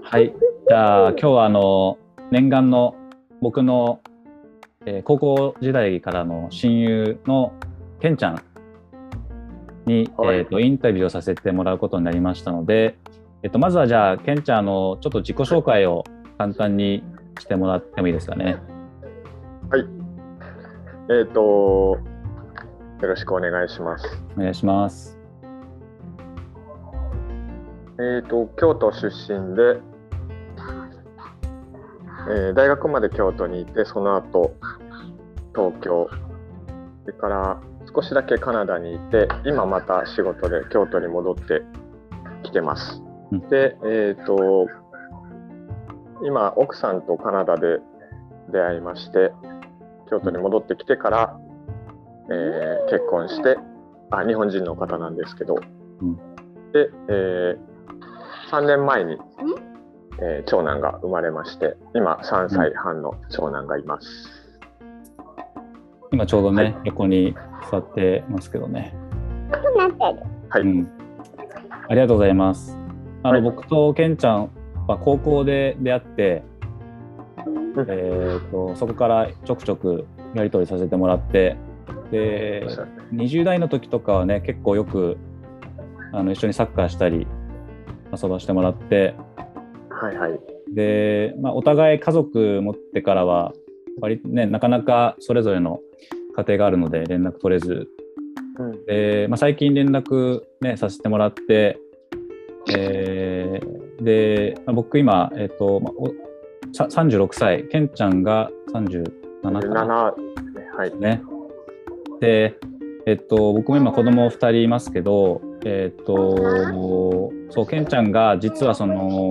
はい。じゃあ今日は念願の僕の、高校時代からの親友のケンちゃんに、 はい。 インタビューをさせてもらうことになりましたので、まずはじゃあケンちゃんちょっと自己はい。 紹介を簡単にしてもらってもいいですかね。 はい。よろしくお願いします。 お願いします。 京都出身で、大学まで京都にいて、その後東京、それから少しだけカナダにいて、今また仕事で京都に戻ってきてます。 うん。 で、今奥さんとカナダで出会いまして、京都に戻ってきてから、結婚して、日本人の方なんですけど、 うん。 で、3年前に、長男が生まれまして、今3歳半の長男がいます。 今ちょうどはい。 ね、横に座ってますけどね。 はい。 うん。ありがとうございます。 はい。 僕とケンちゃんは高校で出会って、 うん。 そこからちょくちょくやり取りさせてもらって、で、 そうですね。 20代の時とかはね、結構よく一緒にサッカーしたり遊ばしてもらって、 はいはい。 で、お互い家族持ってからは、割とね、なかなかそれぞれの家庭があるので連絡取れず、 うん。 で、最近連絡、ね、させてもらって、で、僕今、36歳、ケンちゃんが37かな 17ですね。はい。 ね。で、僕も今子供2人いますけど、そう、ケンちゃんが実は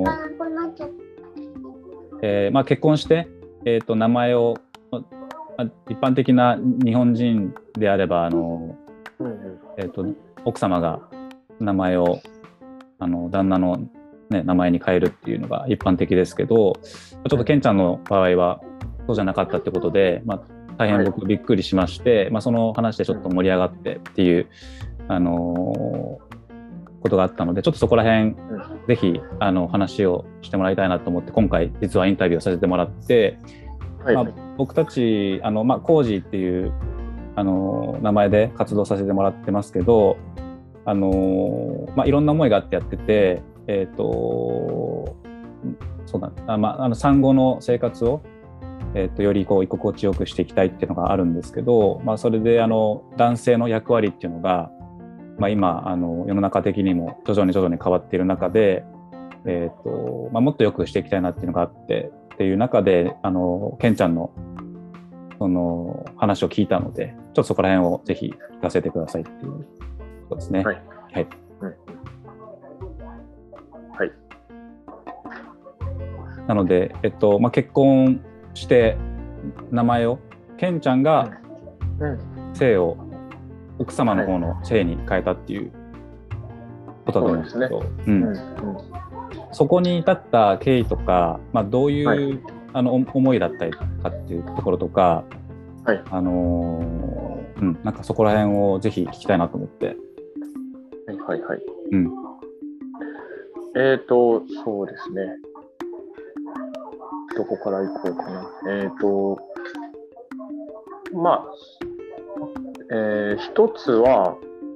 結婚して、名前を、一般的な日本人であれば、 うんうん。 奥様が名前を、旦那の、ね、名前に変えるっていうのが一般的ですけど、ちょっとケンちゃんの場合はそうじゃなかったってことで、大変はい。 僕びっくりしまして、その話でちょっとうん。 盛り上がってっていう、あのことがあったので、ちょっとそこら辺うん。 ぜひ話をしてもらいたいなと思って今回実はインタビューをさせてもらって、 はい。 僕たちコージーっていう名前で活動させてもらってますけど、いろんな思いがあってやってて、そうだ、産後の生活を、よりこう居心地よくしていきたいっていうのがあるんですけど、それで男性の役割っていうのが、今世の中的にも徐々に変わっている中で、もっとよくしていきたいなっていうのがあってっていう中でケンちゃんのその話を聞いたので、ちょっとそこら辺をぜひ聞かせてくださいっていうことですね。 はい。 はい。 うん。はい。 なので、結婚して名前をケンちゃんがうん。 姓を奥様のはい。 方の姓に変えたっていうことだとそうですね。 思うんですけど、うん、 うん。うん。 そこに至った経緯とか、どうはい。 いう思いだったりかっていうところとか、 はい。 なんかそこら辺をぜひ聞きたいなと思って。 はい。はい。はい。 うん。 そうですね。どこから行こうかな。まあ、一つは、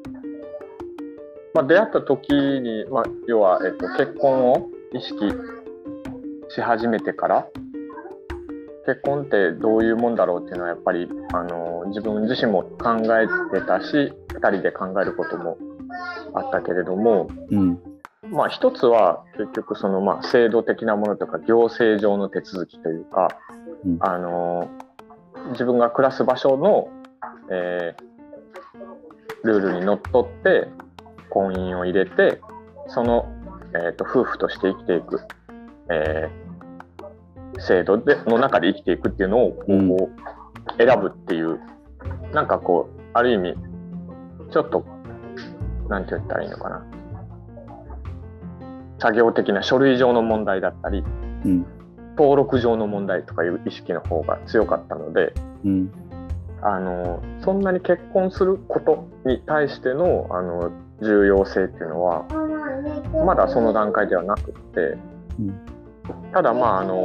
出会った時に、要は、結婚を意識し始めてから、結婚ってどういうもんだろうっていうのはやっぱり、自分自身も考えてたし、2人で考えることもあったけれども、 うん。 一つは結局その制度的なものとか行政上の手続きというか、 うん。 自分が暮らす場所の、ルールにのっとって婚姻を入れて、その、夫婦として生きていく、制度の中で生きていくっていうのをこうん。 う選ぶっていう、なんかこうある意味ちょっとなんて言ったらいいのかな、作業的な書類上の問題だったり、 うん。 登録上の問題とかいう意識の方が強かったので、 うん。 そんなに結婚することに対しての重要性っていうのはまだその段階ではなくって、 うん。 ただまあ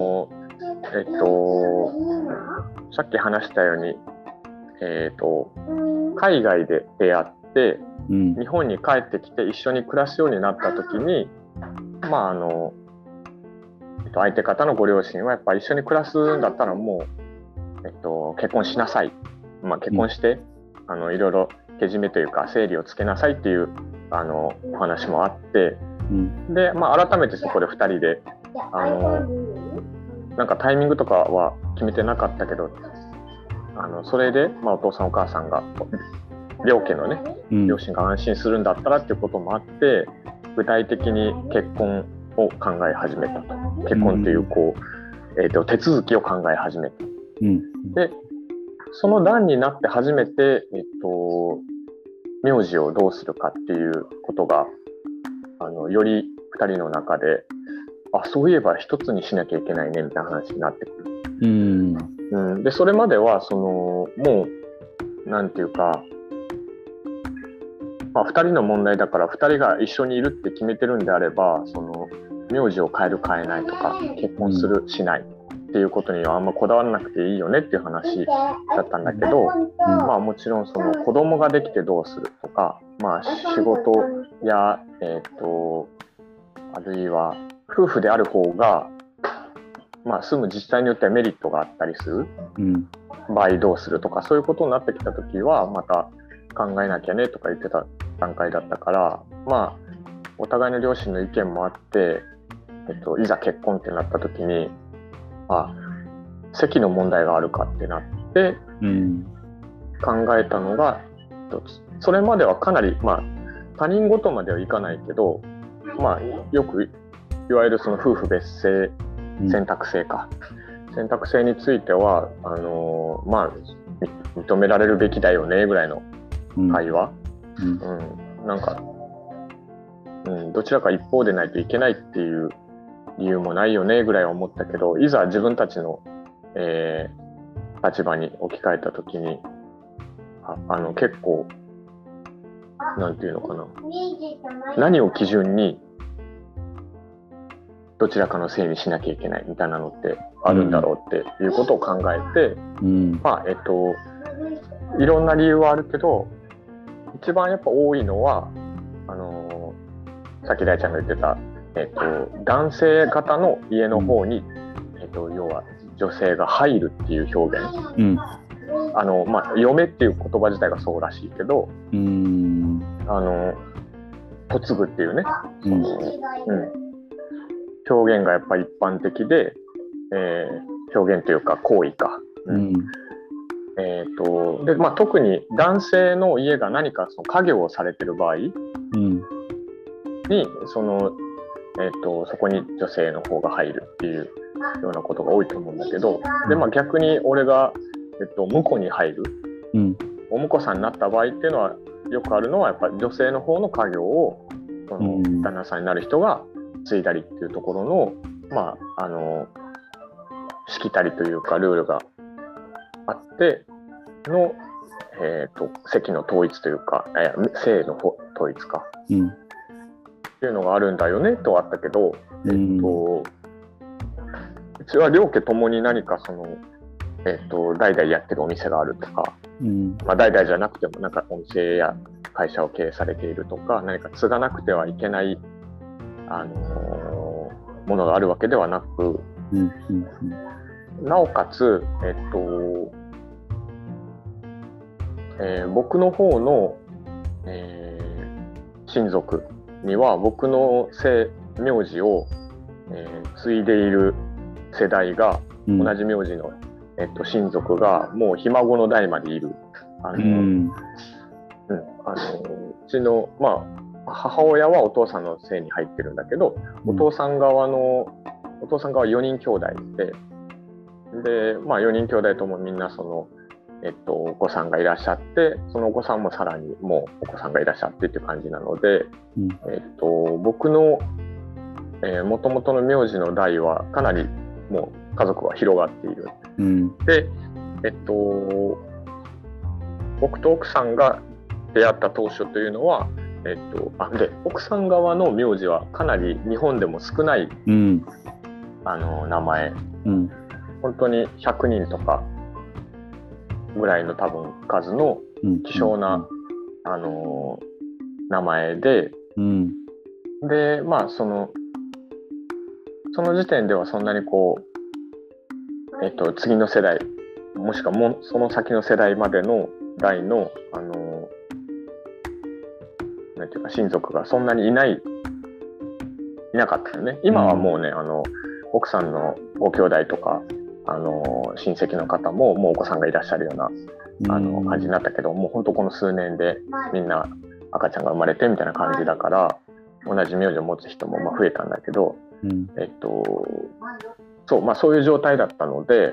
さっき話したように、海外で出会って、日本に帰ってきて一緒に暮らすようになった時に、まあ相手方のご両親はやっぱり一緒に暮らすんだったらもう、結婚しなさい、結婚して、いろいろけじめというか整理をつけなさいっていうお話もあって、で、改めてそこで2人でなんかタイミングとかは決めてなかったけど、それで、お父さんお母さんが両家のね、両親が安心するんだったらっていうこともあって、具体的に結婚を考え始めたと。結婚という手続きを考え始めた。で、その段になって初めて、名字をどうするかっていうことがより2人の中で、そういえば一つにしなきゃいけないねみたいな話になってくる。でそれまではもうなんていうか、2人の問題だから2人が一緒にいるって決めてるんであれば、名字を変える変えないとか結婚するしないっていうことにはあんまこだわらなくていいよねっていう話だったんだけど、もちろん子供ができてどうするとか、仕事や、あるいは夫婦である方が、住む自治体によってはメリットがあったりする、場合どうするとか、そういうことになってきたときはまた考えなきゃねとか言ってた段階だったから、お互いの両親の意見もあって、いざ結婚ってなったときに、籍の問題があるかってなって、考えたのが一つ。それまではかなり、他人事まではいかないけど、よくいわゆるその夫婦別姓選択制か、選択制については認められるべきだよねぐらいの会話、なんか、どちらか一方でないといけないっていう理由もないよねぐらいは思ったけど、いざ自分たちの、立場に置き換えた時に結構なんていうのかな、何を基準にどちらかのせいにしなきゃいけないみたいなのってあるんだろうっていうことを考えて、いろんな理由はあるけど、一番やっぱ多いのはさっき大ちゃんが言ってた、男性型の家の方に、要は女性が入るっていう表現、嫁っていう言葉自体がそうらしいけど、嫁ぐっていうね、表現がやっぱり一般的で、表現というか行為か、で特に男性の家が何かその家業をされてる場合に、そこに女性の方が入るっていうようなことが多いと思うんだけど、で逆に俺が、婿に入る、お婿さんになった場合っていうのはよくあるのはやっぱり女性の方の家業をその旦那さんになる人が継いだりっていうところのしきたりというかルールがあっての、籍の統一というか姓の統一か、っていうのがあるんだよねとはあったけど、うちは両家ともに何かその、代々やってるお店があるとか、代々じゃなくてもなんかお店や会社を経営されているとか、何か継がなくてはいけないものがあるわけではなく、なおかつ、僕の方の、親族には僕の名字を、継いでいる世代が、同じ名字の、親族がもうひ孫の代までいる。うちの、母親はお父さんの姓に入ってるんだけど、お父さん側4人兄弟で、4人兄弟ともみんなその、お子さんがいらっしゃって、そのお子さんもさらにもうお子さんがいらっしゃってっていう感じなので、僕の元々の名字の代はかなりもう家族は広がっている。で、僕と奥さんが出会った当初というのは、で奥さん側の名字はかなり日本でも少ない、 名前、 うん、 本当に100人とかぐらいの多分数の希少な、名前で、 うん、 でまあその時点ではそんなにこう、次の世代もしくはその先の世代までの代の、なんていうか親族がそんなにいなかったよね。今はもうね、奥さんのご兄弟とか、親戚の方ももうお子さんがいらっしゃるような感じになったけど、もう本当この数年でみんな赤ちゃんが生まれてみたいな感じだから、同じ名字を持つ人もまあ増えたんだけど、そう、まあ、そういう状態だったので、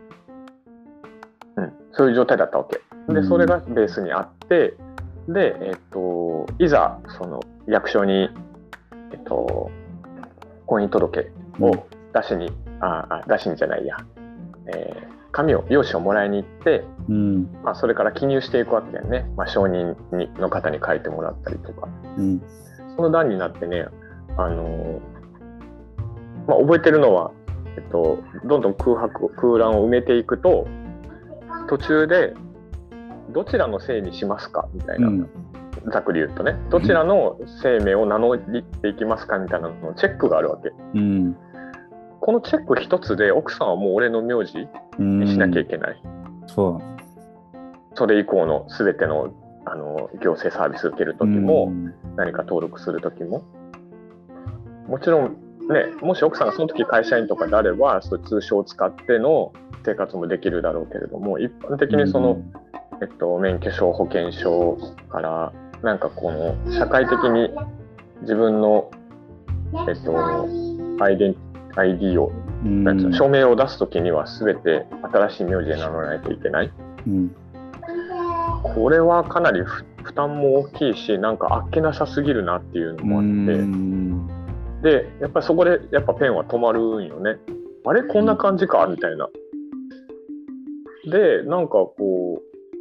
そういう状態だったわけで、それがベースにあって、で、いざその役所に、婚姻届を出しにじゃないや、用紙をもらいに行って、まあ、それから記入していくわけだよね、まあ、証人の方に書いてもらったりとか、その段になってね、まあ、覚えてるのは、どんどん空欄を埋めていくと、途中でどちらの姓にしますかみたいな、ざっくり言うとね、どちらの姓名を名乗っていきますかみたいなののチェックがあるわけ、このチェック一つで奥さんはもう俺の名字にしなきゃいけない、それ以降の全ての、行政サービス受ける時も、何か登録する時も、もちろんね、もし奥さんがその時会社員とかであればそういう通称を使っての生活もできるだろうけれども、一般的にその、免許証、保険証からなんかこの社会的に自分の、ID を、証明を出すときには全て新しい名字で名乗らないといけない、これはかなり負担も大きいし、なんかあっけなさすぎるなっていうのもあって、でやっぱりそこでやっぱペンは止まるんよね。あれこんな感じかみたいな。でなんかこ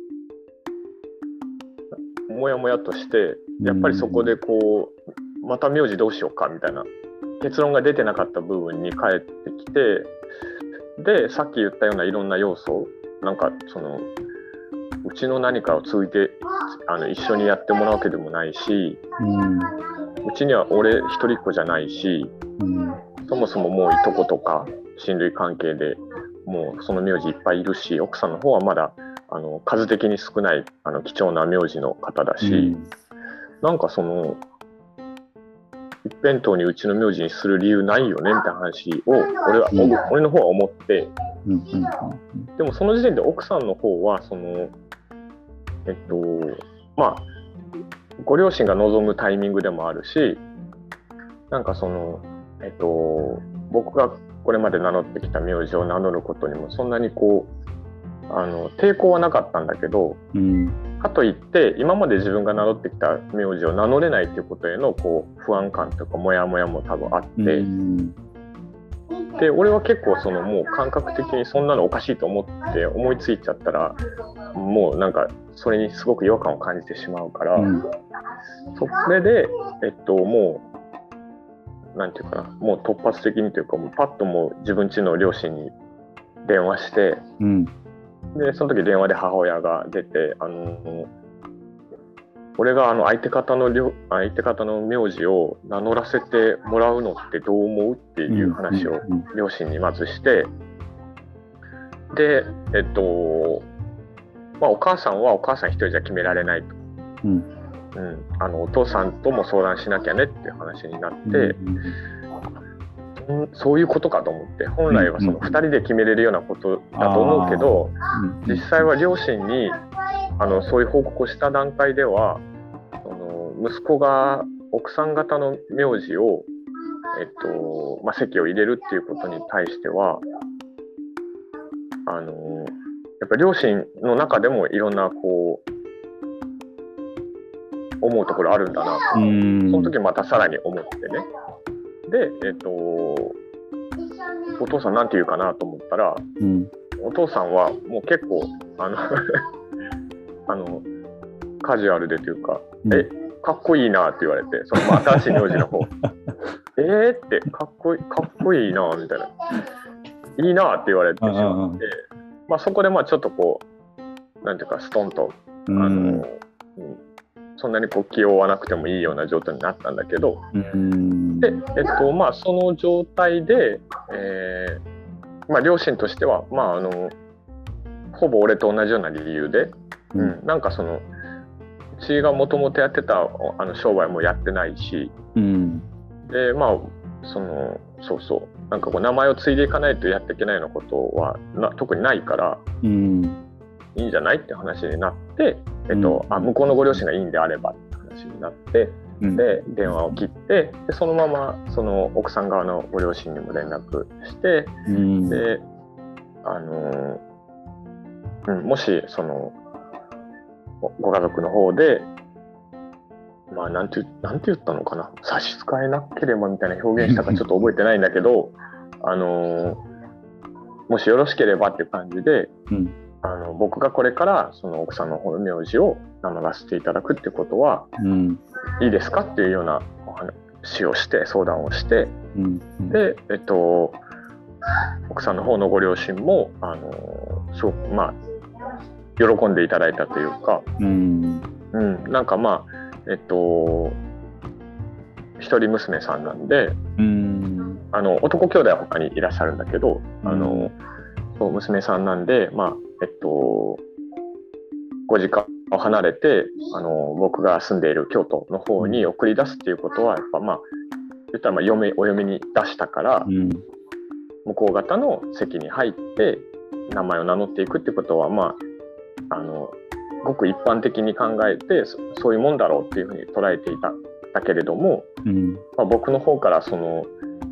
うもやもやとして、やっぱりそこでこうまた名字どうしようかみたいな結論が出てなかった部分に帰ってきて、でさっき言ったようないろんな要素、なんかそのうちの何かを継いで一緒にやってもらうわけでもないし、うちには俺一人っ子じゃないし、そもそももういとことか親類関係でもうその名字いっぱいいるし、奥さんの方はまだ数的に少ない貴重な名字の方だし、なんかその一辺倒にうちの名字にする理由ないよねみたいな話を俺の方は思って、でもその時点で奥さんの方はそのまあご両親が望むタイミングでもあるし、なんかその僕がこれまで名乗ってきた名字を名乗ることにもそんなにこう抵抗はなかったんだけど、かといって今まで自分が名乗ってきた名字を名乗れないということへのこう不安感というかモヤモヤも多分あって、で俺は結構そのもう感覚的にそんなのおかしいと思って思いついちゃったら、もうなんかそれにすごく違和感を感じてしまうから、それでもうなんていうかな、もう突発的にというか、もうパッともう自分家の両親に電話して、でその時電話で母親が出て、俺が相手方の名字を名乗らせてもらうのってどう思うっていう話を両親にまずして、でまあ、お母さんはお母さん一人じゃ決められないと、お父さんとも相談しなきゃねっていう話になって、そういうことかと思って、本来はその2人で決めれるようなことだと思うけど、実際は両親にそういう報告をした段階では、息子が奥さん方の名字を、まあ、籍を入れるっていうことに対してはやっぱり両親の中でもいろんなこう思うところあるんだなと、その時またさらに思ってね。で、お父さんなんて言うかなと思ったら、お父さんはもう結構カジュアルでというか、かっこいいなって言われて、その新しい名字の方ってかっこいいなみたいな、いいなって言われてしまって、まあ、そこでまあちょっとこうなんていうかストンとそんなにこう気を負わなくてもいいような状態になったんだけど、で、まあ、その状態で、まあ、両親としては、まあ、ほぼ俺と同じような理由で、なんかそのうちがもともとやってた商売もやってないし、でまあそうなんかこう名前を継いでいかないとやっていけないようなことは特にないから、いいんじゃないって話になって、向こうのご両親がいいんであればって話になって、で電話を切って、でそのままその奥さん側のご両親にも連絡して、でもしそのご家族の方でまあなんて言ったのかな、差し支えなければみたいな表現したかちょっと覚えてないんだけどもしよろしければっていう感じで、僕がこれからその奥さんの方の名字を名乗らせていただくってことは、いいですかっていうようなお話をして相談をして、で奥さんの方のご両親もすごくまあ喜んでいただいたというか、なんかまあ一人娘さんなんで、男兄弟は他にいらっしゃるんだけど、そう娘さんなんで、まあご実家を離れて僕が住んでいる京都の方に送り出すっていうことはやっぱまあ言ったらまあお嫁に出したから、向こう方の席に入って名前を名乗っていくってことはまあごく一般的に考えてそういうもんだろうっていうふうに捉えていただけれども、まあ、僕の方からその、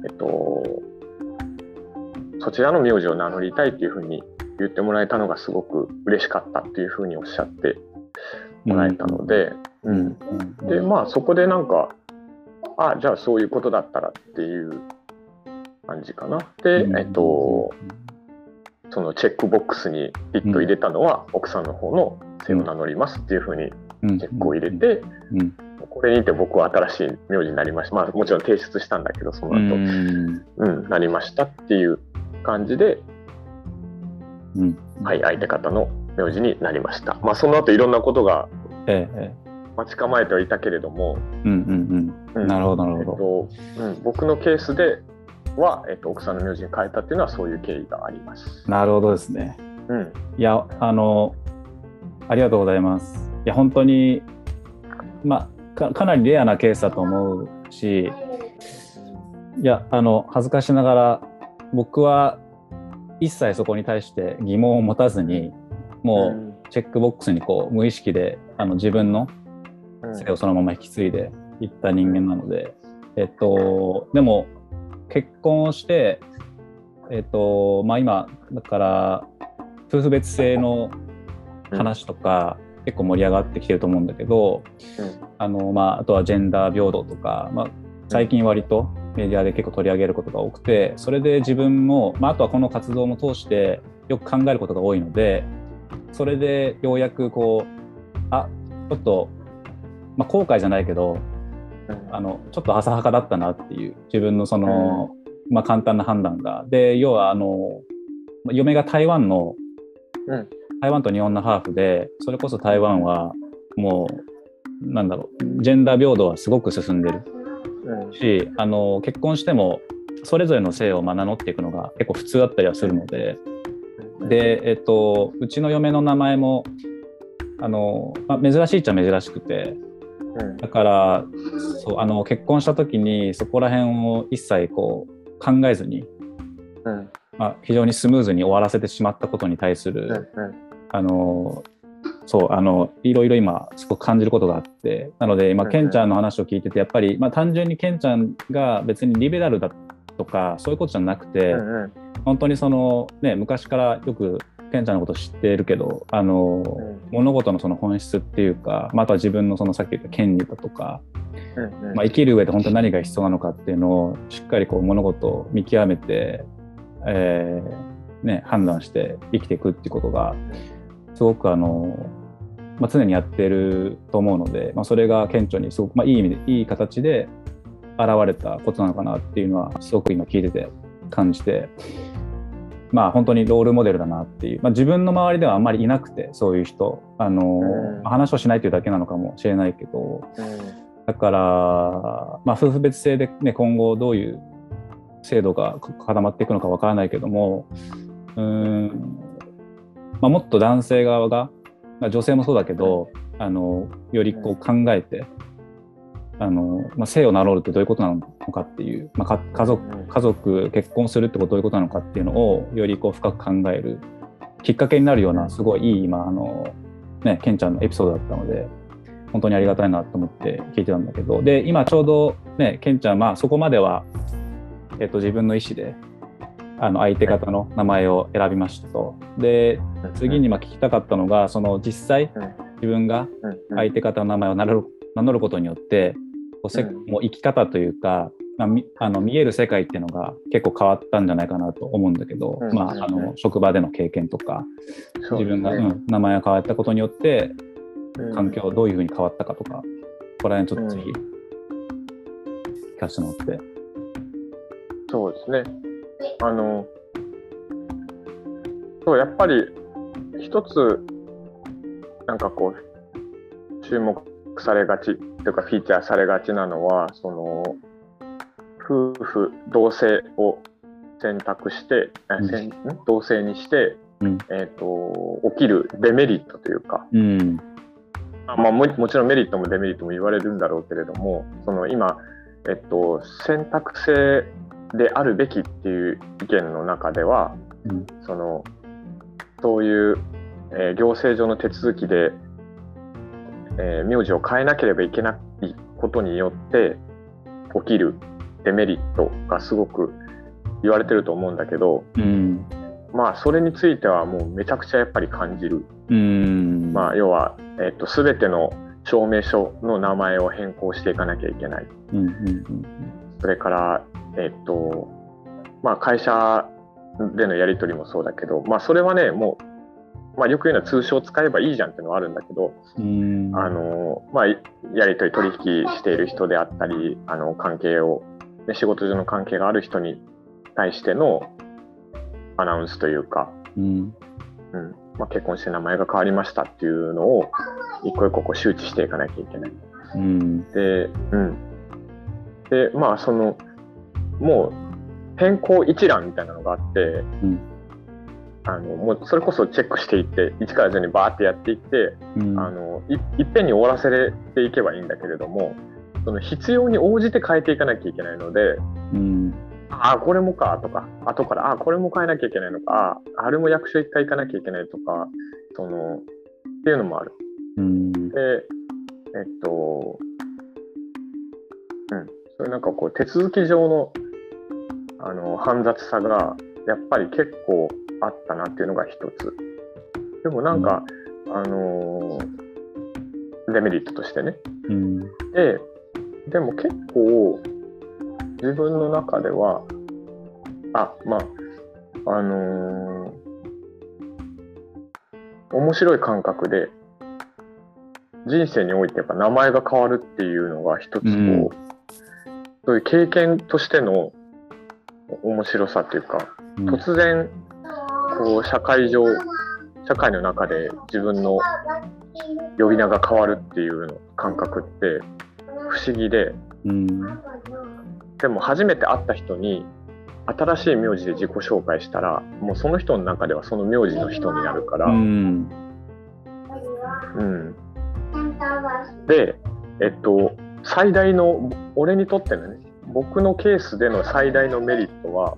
そちらの名字を名乗りたいっていうふうに言ってもらえたのがすごく嬉しかったっていうふうにおっしゃってもらえたので、でまあそこでなんかじゃあそういうことだったらっていう感じかな。で、そのチェックボックスにピッと入れたのは、奥さんの方の姓を名乗りますっていうふうにチェックを入れて、これにて僕は新しい名字になりました。まあもちろん提出したんだけどその後、なりましたっていう感じで、はい、相手方の名字になりました。まあその後いろんなことが待ち構えてはいたけれども、 なるほどなるほど、僕のケースでは、奥さんの名字に変えたっていうのはそういう経緯があります。 なるほどですね。いやありがとうございます。いや本当にまあかなりレアなケースだと思うし、いや恥ずかしながら僕は一切そこに対して疑問を持たずにもうチェックボックスにこう無意識で自分の姓をそのまま引き継いでいった人間なので、でも結婚をして、まあ、今だから夫婦別姓の話とか結構盛り上がってきてると思うんだけど、まあ、あとはジェンダー平等とか、まあ、最近割とメディアで結構取り上げることが多くて、それで自分も、まあ、あとはこの活動も通してよく考えることが多いので、それでようやくこうちょっと、まあ、後悔じゃないけどちょっと浅はかだったなっていう自分のその、まあ、簡単な判断がで、要は嫁が台湾と日本のハーフで、それこそ台湾はもうなんだろう、ジェンダー平等はすごく進んでるし、結婚してもそれぞれの姓を名乗っていくのが結構普通だったりはするので、で、うちの嫁の名前もまあ、珍しいっちゃ珍しくて、だからそう結婚した時にそこら辺を一切こう考えずに、まあ、非常にスムーズに終わらせてしまったことに対する、いろいろ今すごく感じることがあって、なので今ケンちゃんの話を聞いててやっぱり、まあ、単純にケンちゃんが別にリベラルだとかそういうことじゃなくて、本当にその、ね、昔からよくケンちゃんのこと知っているけど物事のその本質っていうか、まあ、あとは自分のそのさっき言った権利だとか、まあ、生きる上で本当に何が必要なのかっていうのをしっかりこう物事を見極めて、判断して生きていくっていうことがすごくまあ、常にやってると思うので、まあ、それが顕著にすごく、まあ、いい意味でいい形でれたことなのかなっていうのはすごく今聞いてて感じて、まあ本当にロールモデルだなっていう、まあ、自分の周りではあんまりいなくて、そういう人話をしないというだけなのかもしれないけど、だから、まあ、夫婦別姓で、ね、今後どういう制度が固まっていくのかわからないけども、まあ、もっと男性側が、まあ、女性もそうだけど、よりこう考えて、まあ、姓を名乗るってどういうことなのかっていう、まあ、家族結婚するってことどういうことなのかっていうのをよりこう深く考えるきっかけになるような、すごいいい今ね、ケンちゃんのエピソードだったので、本当にありがたいなと思って聞いてたんだけど、で今ちょうどね、ケンちゃん、まあそこまでは、自分の意思で相手方の名前を選びましたと。で次に聞きたかったのが、その実際自分が相手方の名前を名乗ることによってもう生き方というか、まあ、見える世界っていうのが結構変わったんじゃないかなと思うんだけど、まあ、職場での経験とか、自分が、名前が変わったことによって環境どういうふうに変わったかとか、ここら辺ちょっとぜひ聞かせてもらって。 そうですね。そうやっぱり一つなんかこう注目されがちというかフィーチャーされがちなのは、その夫婦同姓を選択して、同姓にして、起きるデメリットというか、まあ、もちろんメリットもデメリットも言われるんだろうけれども、その今、選択制であるべきっていう意見の中では、そういう、行政上の手続きで、名字を変えなければいけないことによって起きるデメリットがすごく言われてると思うんだけど、まあそれについてはもうめちゃくちゃやっぱり感じる。まあ要は、全ての証明書の名前を変更していかなきゃいけない。それから、まあ、会社でのやり取りもそうだけど、まあ、それはねもう、まあ、よく言うのは通称使えばいいじゃんっていうのはあるんだけど、まあ、やり取り取引している人であったり、関係を、ね、仕事上の関係がある人に対してのアナウンスというか、まあ、結婚して名前が変わりましたっていうのを一個一個こう周知していかなきゃいけない。で、まあそのもう変更一覧みたいなのがあって、もうそれこそチェックしていって1から順にバーってやっていって、いっぺんに終わらせていけばいいんだけれども、その必要に応じて変えていかなきゃいけないので、あこれもかとか、後からこれも変えなきゃいけないのか、あれも役所1回行かなきゃいけないとか、っていうのもある。でそれなんかこう手続き上の煩雑さがやっぱり結構あったなっていうのが一つ。でもなんか、デメリットとしてね。でも結構自分の中ではまあ面白い感覚で人生においてやっぱ名前が変わるっていうのが一つこう、そういう経験としての面白さというか、突然こう社会の中で自分の呼び名が変わるっていうの感覚って不思議で、でも初めて会った人に新しい名字で自己紹介したら、もうその人の中ではその名字の人になるから、で、最大の俺にとってのね、僕のケースでの最大のメリットは、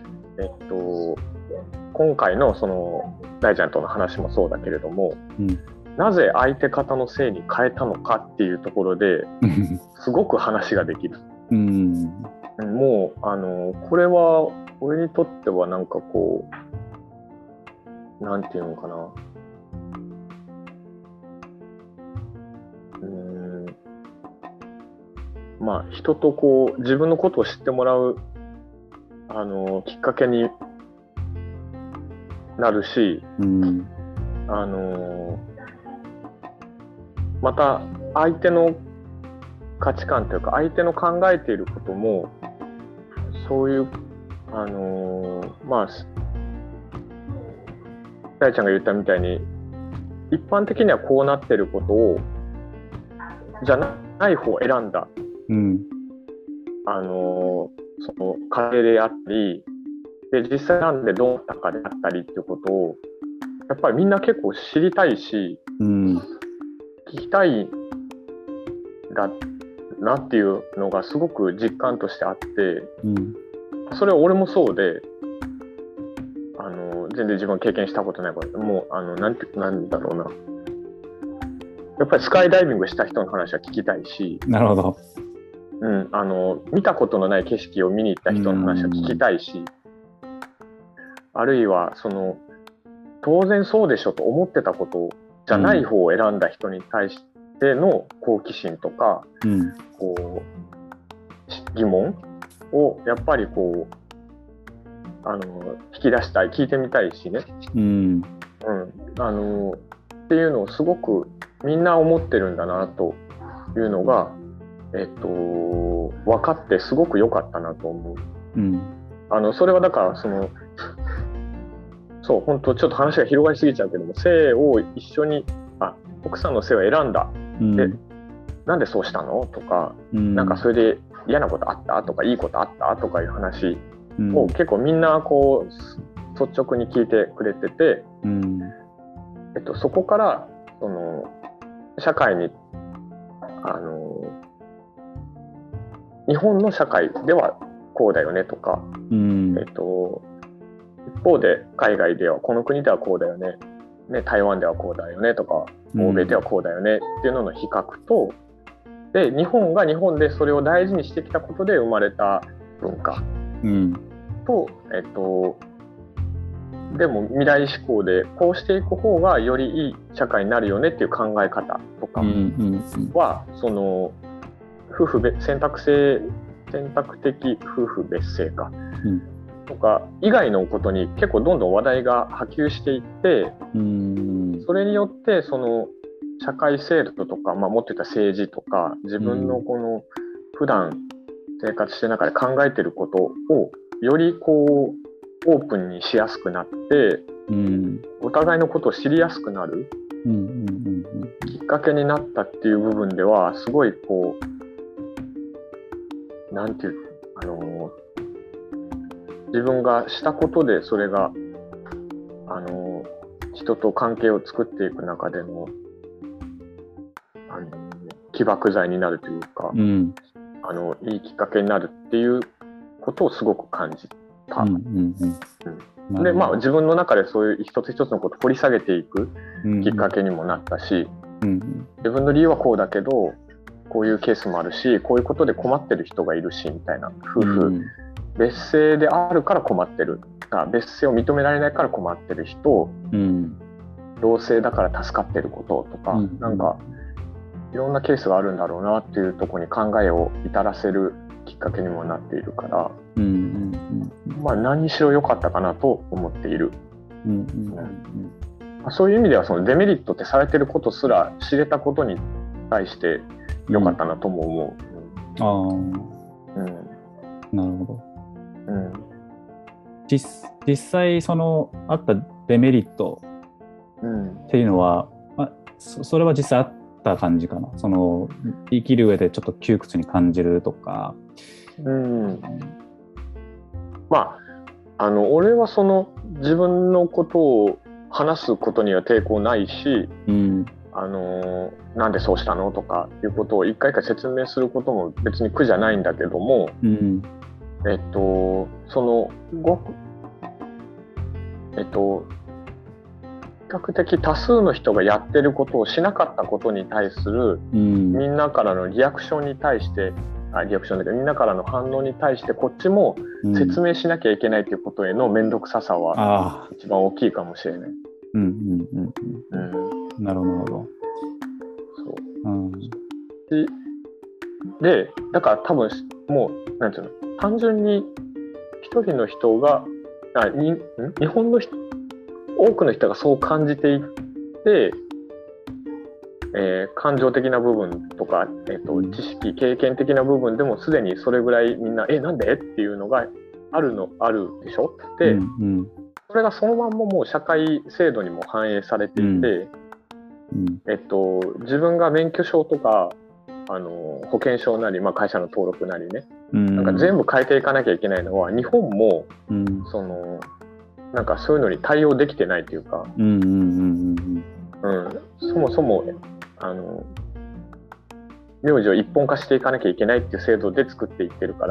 今回のその大ちゃんとの話もそうだけれども、なぜ相手方の姓に変えたのかっていうところですごく話ができる。もうこれは俺にとってはなんかこうなんていうのかな、まあ人とこう自分のことを知ってもらうきっかけになるし、また相手の価値観というか相手の考えていることもそういうまあ大ちゃんが言ったみたいに一般的にはこうなってることをじゃない方を選んだ、 うん、 その過程であったりで実際なんでどうなったかであったりっていうことをやっぱりみんな結構知りたいし、 うん、 聞きたいだなっていうのがすごく実感としてあって、 うん、 それは俺もそうで全然自分は経験したことないこともうなんだろうなやっぱりスカイダイビングした人の話は聞きたいし、 なるほど、 うん、見たことのない景色を見に行った人の話は聞きたいし、あるいはその当然そうでしょと思ってたことじゃない方を選んだ人に対しての好奇心とか、 うん、 こう疑問をやっぱりこう引き出したい聞いてみたいしね、 うんっていうのをすごくみんな思ってるんだなというのが、分かってすごく良かったなと思う。 うん、 それはだからそう本当ちょっと話が広がりすぎちゃうけども性を一緒に奥さんの性を選んだ、でなんでそうしたのとか、なんかそれで嫌なことあったとかいいことあったとかいう話を結構みんなこう率直に聞いてくれてて、そこからその社会に日本の社会ではこうだよねとか、一方で海外ではこの国ではこうだよね、台湾ではこうだよねとか欧米ではこうだよねっていうのの比較と、で日本が日本でそれを大事にしてきたことで生まれた文化と、でも未来志向でこうしていく方がよりいい社会になるよねっていう考え方とかは、その選択的夫婦別姓か、とか以外のことに結構どんどん話題が波及していって、それによってその社会制度とか、もっと言った政治とか自分のこの普段生活してる中で考えてることをよりこうオープンにしやすくなって、お互いのことを知りやすくなるきっかけになったっていう部分ではすごいこうなんていう自分がしたことでそれが人と関係を作っていく中での起爆剤になるというか、いいきっかけになるっていうことをすごく感じた。で自分の中でそういう一つ一つのことを掘り下げていくきっかけにもなったし、自分の理由はこうだけどこういうケースもあるしこういうことで困ってる人がいるしみたいな、夫婦別姓であるから困ってる、別姓を認められないから困ってる人、同性だから助かってることとか、なんかいろんなケースがあるんだろうなっていうところに考えを至らせるきっかけにもなっているから、何にしろ良かったかなと思っている。そういう意味ではそのデメリットってされてることすら知れたことに対して良かったなとも思う。 なるほど。実際そのあったデメリットっていうのは、それは実際あった感じかな。その生きる上でちょっと窮屈に感じるとか。 俺はその自分のことを話すことには抵抗ないし、なんでそうしたのとかいうことを一回一回説明することも別に苦じゃないんだけども、その比較的多数の人がやってることをしなかったことに対する、みんなからのリアクションに対してみんなからの反応に対してこっちも説明しなきゃいけないということへの面倒くささは一番大きいかもしれない。 なるほど。 でだから多分もうなんていうの、単純に一人の人が日本の多くの人がそう感じていて、 感情的な部分とか、知識経験的な部分でもすでにそれぐらいみんななんでっていうのがあるでしょ。で、それがそのまんまもう社会制度にも反映されていて、自分が免許証とか保険証なり、会社の登録なりね、なんか全部変えていかなきゃいけないのは日本も、なんかそういうのに対応できてないというか、そもそも名字を一本化していかなきゃいけないっていう制度で作っていってるから、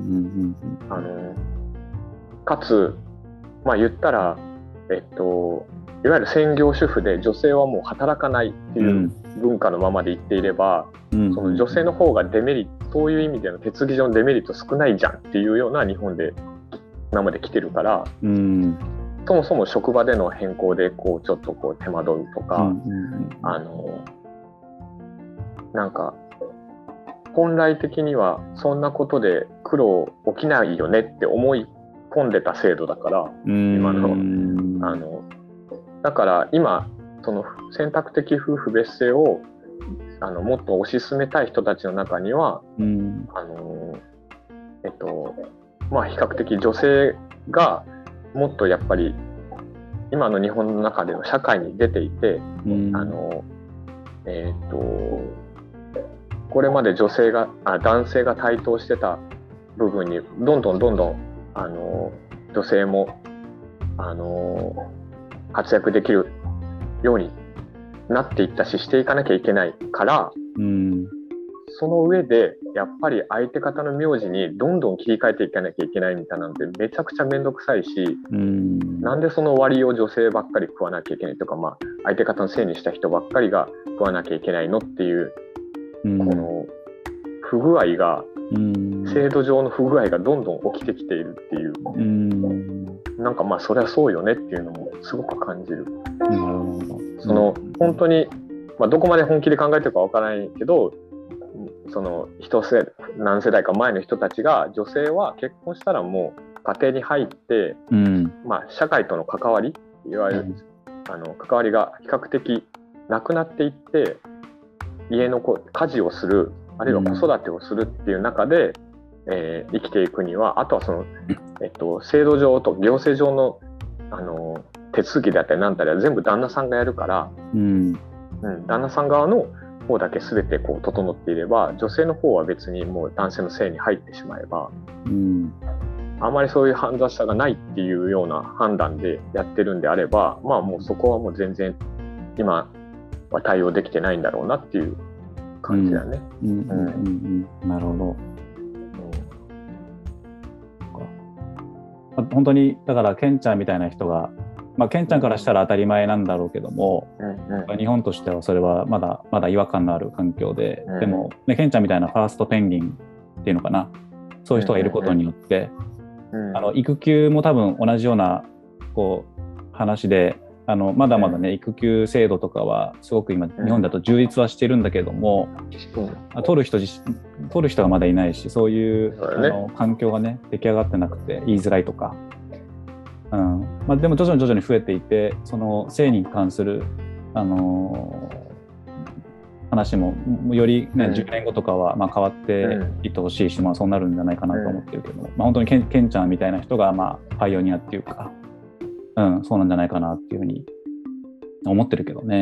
かつ言ったらいわゆる専業主婦で女性はもう働かないっていう文化のままで言っていれば、その女性の方がデメリット、そういう意味での手続き上のデメリット少ないじゃんっていうような日本で今まで来てるから、そもそも職場での変更でちょっと手間取るとか、なんか本来的にはそんなことで苦労起きないよねって思い込んでた制度だから、今のだから今その選択的夫婦別姓をもっと推し進めたい人たちの中には、比較的女性がもっとやっぱり今の日本の中での社会に出ていて、これまで男性が台頭してた部分にどんどん女性も活躍できるようになっていったし、していかなきゃいけないから、その上でやっぱり相手方の名字にどんどん切り替えていかなきゃいけないみたいなのでめちゃくちゃめんどくさいし、なんでその割を女性ばっかり食わなきゃいけないとか、相手方のせいにした人ばっかりが食わなきゃいけないのっていう、この不具合が、制度上の不具合がどんどん起きてきているっていう、なんかそれはそうよねっていうのもすごく感じる。その本当に、どこまで本気で考えてるかわからないけど、その何世代か前の人たちが女性は結婚したらもう家庭に入って、社会との関わり、いわゆる関わりが比較的なくなっていって、家の家事をする、あるいは子育てをするっていう中で、生きていくには、あとはその、制度上と行政上の、手続きであったり何たりは全部旦那さんがやるから、旦那さん側の方だけ全て整っていれば、女性の方は別にもう男性のせいに入ってしまえば、あまりそういう煩雑さがないっていうような判断でやってるんであれば、もうそこはもう全然今は対応できてないんだろうなっていう感じだね。 なるほど。本当にだからケンちゃんみたいな人が、ケンちゃんからしたら当たり前なんだろうけども、日本としてはそれはまだ違和感のある環境で、でも、ケンちゃんみたいなファーストペンギンっていうのかな、そういう人がいることによって、育休も多分同じような話で、まだまだね、育休制度とかはすごく今日本だと充実はしてるんだけども、取る人がまだいないし、そういう環境がね出来上がってなくて言いづらいとか、でも徐々に増えていて、その性に関する話もより、10年後とかは変わっていってほしいし、そうなるんじゃないかなと思ってるけど、本当にケンちゃんみたいな人がパイオニアっていうか、そうなんじゃないかなっていうふうに思ってるけどね。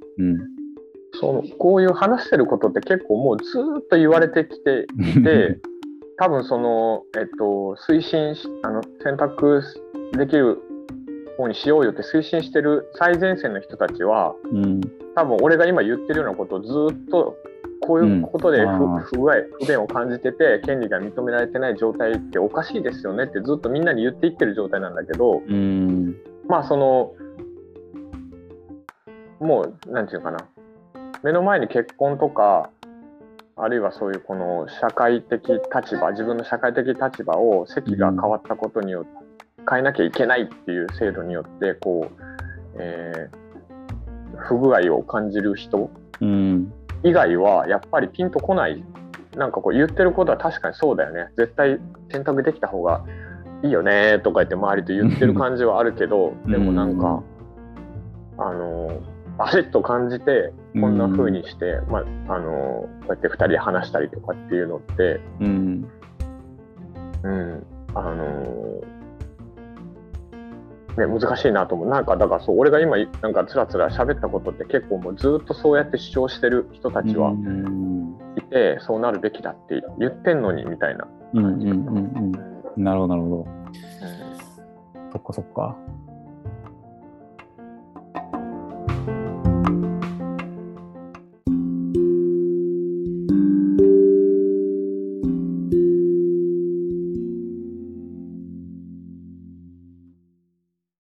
こういう話してることって結構もうずっと言われてきていて多分その、推進選択できる方にしようよって推進してる最前線の人たちは、多分俺が今言ってるようなことをずっとこういうことで不便を感じてて、権利が認められてない状態っておかしいですよねってずっとみんなに言っていってる状態なんだけど、そのもうなんていうかな、目の前に結婚とか、あるいはそういうこの社会的立場、自分の社会的立場を席が変わったことによって変えなきゃいけないっていう制度によって不具合を感じる人以外はやっぱりピンとこない。なんか言ってることは確かにそうだよね、絶対選択できた方がいいよねとか言って周りと言ってる感じはあるけど、でもなんかバシッと感じてこんな風にして、こうやって2人で話したりとかっていうのって、難しいなと思う。だからそう、俺が今つらつら喋ったことって結構もうずっとそうやって主張してる人たちはいて、そうなるべきだって言ってんのにみたいな感じ。 なるほどなるほど。そっかそっか。